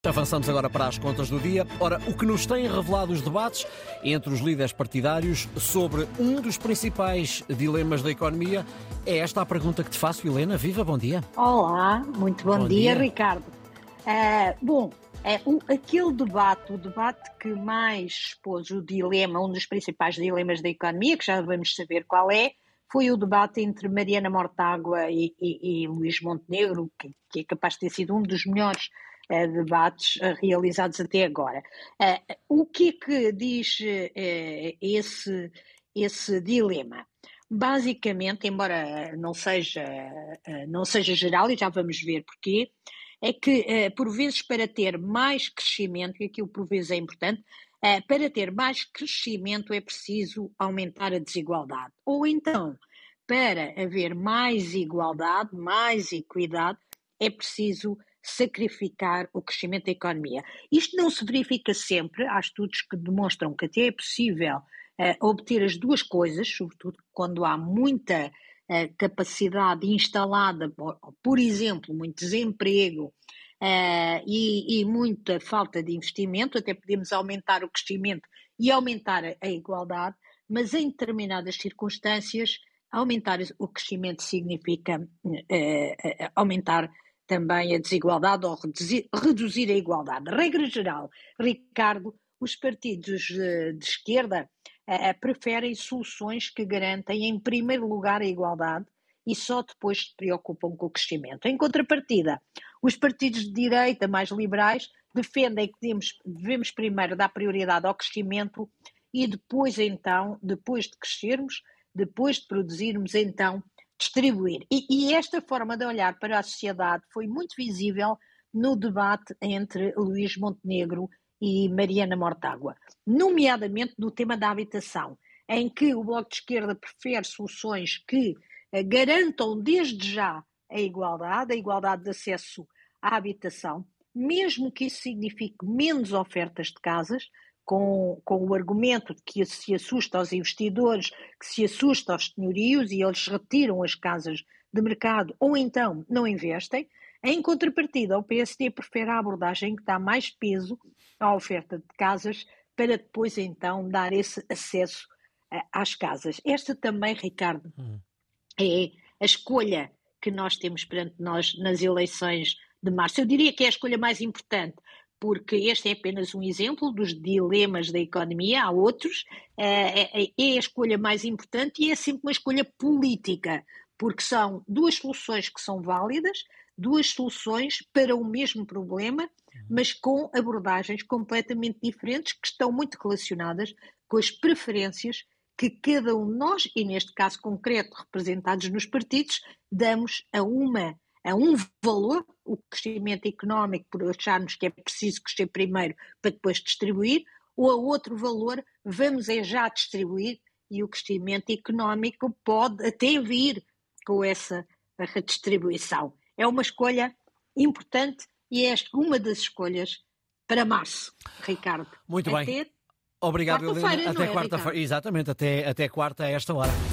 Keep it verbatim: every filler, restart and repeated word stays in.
Avançamos agora para as contas do dia. Ora, o que nos têm revelado os debates entre os líderes partidários sobre um dos principais dilemas da economia é esta a pergunta que te faço, Helena. Viva, bom dia. Olá, muito bom, Bom dia, dia. Ricardo. Uh, bom, é, o, aquele debate, o debate que mais expôs o dilema, um dos principais dilemas da economia, que já vamos saber qual é, foi o debate entre Mariana Mortágua e, e, e Luís Montenegro, que, que é capaz de ter sido um dos melhores uh, debates uh, realizados até agora. Uh, o que é que diz uh, esse, esse dilema? Basicamente, embora não seja, uh, não seja geral, e já vamos ver porquê, é que, uh, por vezes, para ter mais crescimento, e aquilo por vezes é importante, uh, para ter mais crescimento é preciso aumentar a desigualdade. Ou então, para haver mais igualdade, mais equidade, é preciso sacrificar o crescimento da economia. Isto não se verifica sempre, há estudos que demonstram que até é possível uh, obter as duas coisas, sobretudo quando há muita uh, capacidade instalada, por, por exemplo, muito desemprego uh, e, e muita falta de investimento, até podemos aumentar o crescimento e aumentar a, a igualdade, mas em determinadas circunstâncias aumentar o crescimento significa uh, uh, aumentar também a desigualdade ou reduzir, reduzir a igualdade. Regra geral, Ricardo, os partidos uh, de esquerda uh, preferem soluções que garantem, em primeiro lugar, a igualdade e só depois se preocupam com o crescimento. Em contrapartida, os partidos de direita mais liberais defendem que devemos, devemos primeiro dar prioridade ao crescimento e depois, então, depois de crescermos, depois de produzirmos, então, distribuir. E, e esta forma de olhar para a sociedade foi muito visível no debate entre Luís Montenegro e Mariana Mortágua, nomeadamente no tema da habitação, em que o Bloco de Esquerda prefere soluções que eh, garantam desde já a igualdade, a igualdade de acesso à habitação, mesmo que isso signifique menos ofertas de casas, Com, com o argumento de que se assusta aos investidores, que se assusta aos senhorios e eles retiram as casas de mercado ou então não investem. Em contrapartida, o P S D prefere a abordagem que dá mais peso à oferta de casas para depois então dar esse acesso uh, às casas. Esta também, Ricardo, hum. é a escolha que nós temos perante nós nas eleições de março. Eu diria que é a escolha mais importante, porque este é apenas um exemplo dos dilemas da economia, há outros, é a escolha mais importante e é sempre uma escolha política, porque são duas soluções que são válidas, duas soluções para o mesmo problema, mas com abordagens completamente diferentes que estão muito relacionadas com as preferências que cada um de nós, e neste caso concreto representados nos partidos, damos a uma a um valor, o crescimento económico, por acharmos que é preciso crescer primeiro para depois distribuir, ou a outro valor, vamos é já distribuir e o crescimento económico pode até vir com essa redistribuição. É uma escolha importante e é uma das escolhas para março, Ricardo. Muito bem. Obrigado, Helena. Até quarta-feira. Exatamente, até, até quarta a esta hora.